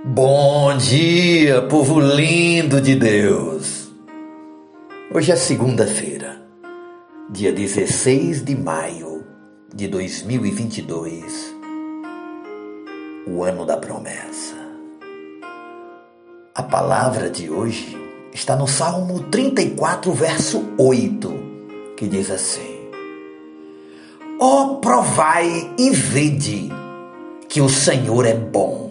Bom dia, povo lindo de Deus! Hoje é segunda-feira, dia 16 de maio de 2022, o ano da promessa. A palavra de hoje está no Salmo 34, verso 8, que diz assim: Ó, provai e vede que o Senhor é bom.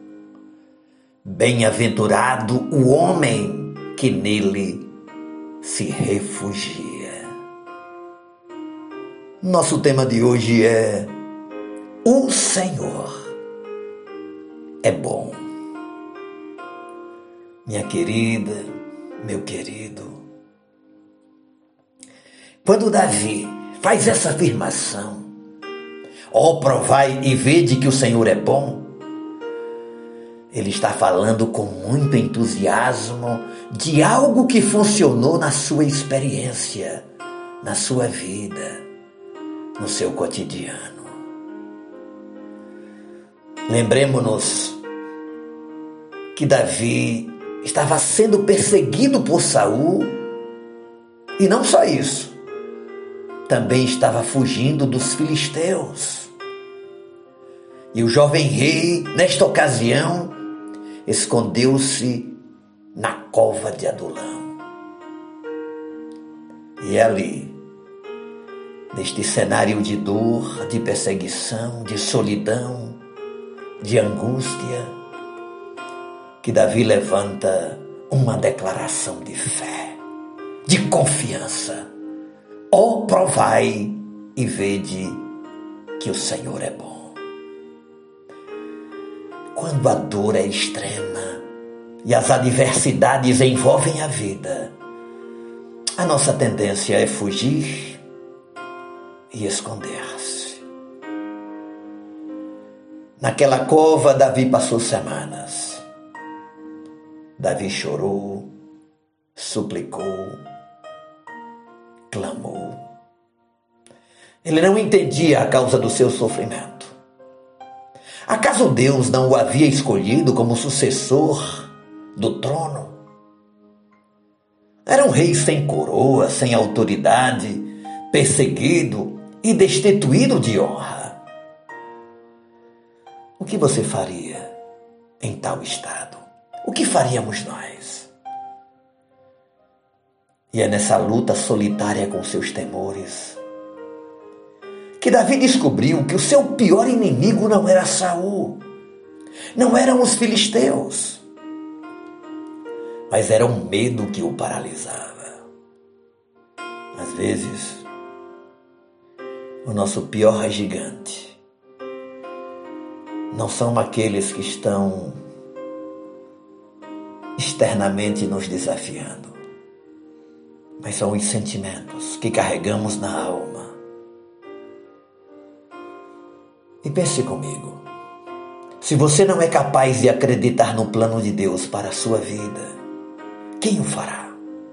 Bem-aventurado o homem que nele se refugia. Nosso tema de hoje é: o Senhor é bom. Minha querida, meu querido, quando Davi faz essa afirmação, ó, provai e vede que o Senhor é bom, ele está falando com muito entusiasmo de algo que funcionou na sua experiência, na sua vida, no seu cotidiano. Lembremos-nos que Davi estava sendo perseguido por Saul, e não só isso, também estava fugindo dos filisteus. E o jovem rei, nesta ocasião, escondeu-se na cova de Adulão. E ali, neste cenário de dor, de perseguição, de solidão, de angústia, que Davi levanta uma declaração de fé, de confiança. Ó, provai e vede que o Senhor é bom. Quando a dor é extrema e as adversidades envolvem a vida, a nossa tendência é fugir e esconder-se. Naquela cova, Davi passou semanas. Davi chorou, suplicou, clamou. Ele não entendia a causa do seu sofrimento. Acaso Deus não o havia escolhido como sucessor do trono? Era um rei sem coroa, sem autoridade, perseguido e destituído de honra. O que você faria em tal estado? O que faríamos nós? E é nessa luta solitária com seus temores que Davi descobriu que o seu pior inimigo não era Saul, não eram os filisteus, mas era um medo que o paralisava. Às vezes, o nosso pior gigante não são aqueles que estão externamente nos desafiando, mas são os sentimentos que carregamos na alma. E pense comigo, se você não é capaz de acreditar no plano de Deus para a sua vida, quem o fará?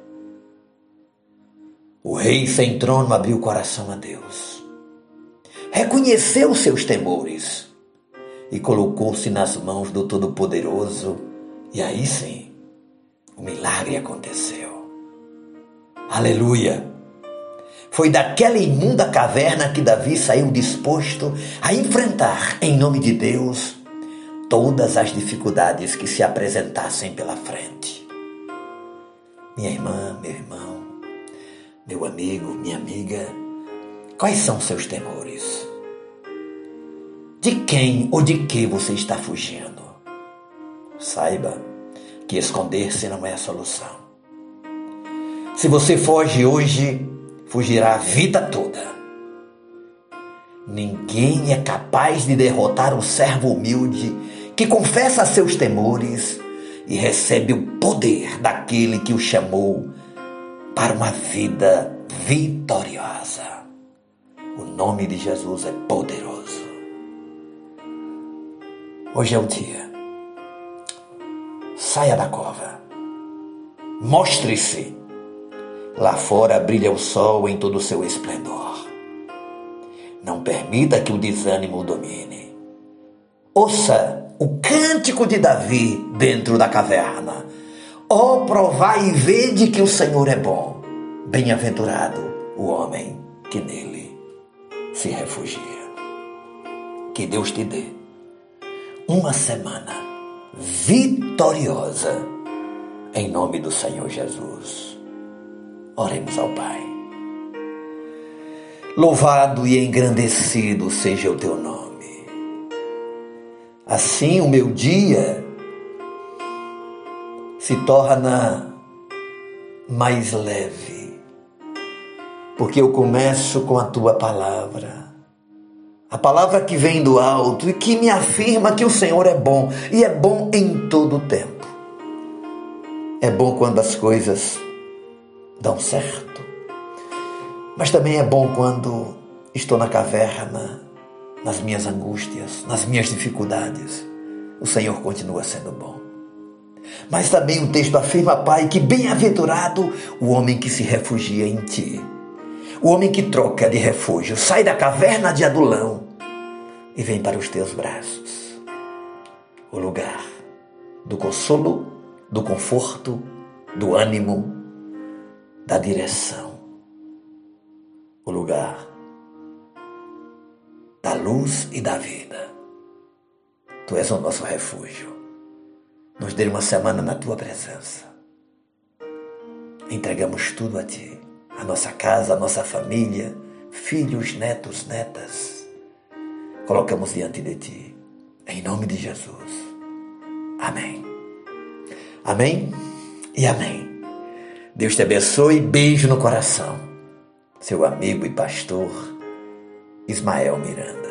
O rei sem trono abriu o coração a Deus, reconheceu seus temores e colocou-se nas mãos do Todo-Poderoso, e aí sim, o milagre aconteceu. Aleluia! Foi daquela imunda caverna que Davi saiu disposto a enfrentar, em nome de Deus, todas as dificuldades que se apresentassem pela frente. Minha irmã, meu irmão, meu amigo, minha amiga, quais são seus temores? De quem ou de que você está fugindo? Saiba que esconder-se não é a solução. Se você foge hoje, fugirá a vida toda. Ninguém é capaz de derrotar o servo humilde que confessa seus temores e recebe o poder daquele que o chamou para uma vida vitoriosa. O nome de Jesus é poderoso. Hoje é o dia. Saia da cova. Mostre-se. Lá fora brilha o sol em todo o seu esplendor. Não permita que o desânimo o domine. Ouça o cântico de Davi dentro da caverna. Ó, provai e vede que o Senhor é bom. Bem-aventurado o homem que nele se refugia. Que Deus te dê uma semana vitoriosa, em nome do Senhor Jesus. Oremos ao Pai. Louvado e engrandecido seja o teu nome. Assim o meu dia se torna mais leve, porque eu começo com a tua palavra. A palavra que vem do alto e que me afirma que o Senhor é bom, e é bom em todo o tempo. É bom quando as coisas dão certo, mas também é bom quando estou na caverna, nas minhas angústias, nas minhas dificuldades. O Senhor continua sendo bom. Mas também o texto afirma, Pai, que bem-aventurado o homem que se refugia em Ti. O homem que troca de refúgio, sai da caverna de Adulão e vem para os Teus braços. O lugar do consolo, do conforto, do ânimo, da direção. O lugar da luz e da vida. Tu és o nosso refúgio. Nos dê uma semana na Tua presença. Entregamos tudo a Ti. A nossa casa, a nossa família, filhos, netos, netas. Colocamos diante de Ti. Em nome de Jesus. Amém. Amém e amém. Deus te abençoe. Beijo no coração. Seu amigo e pastor Ismael Miranda.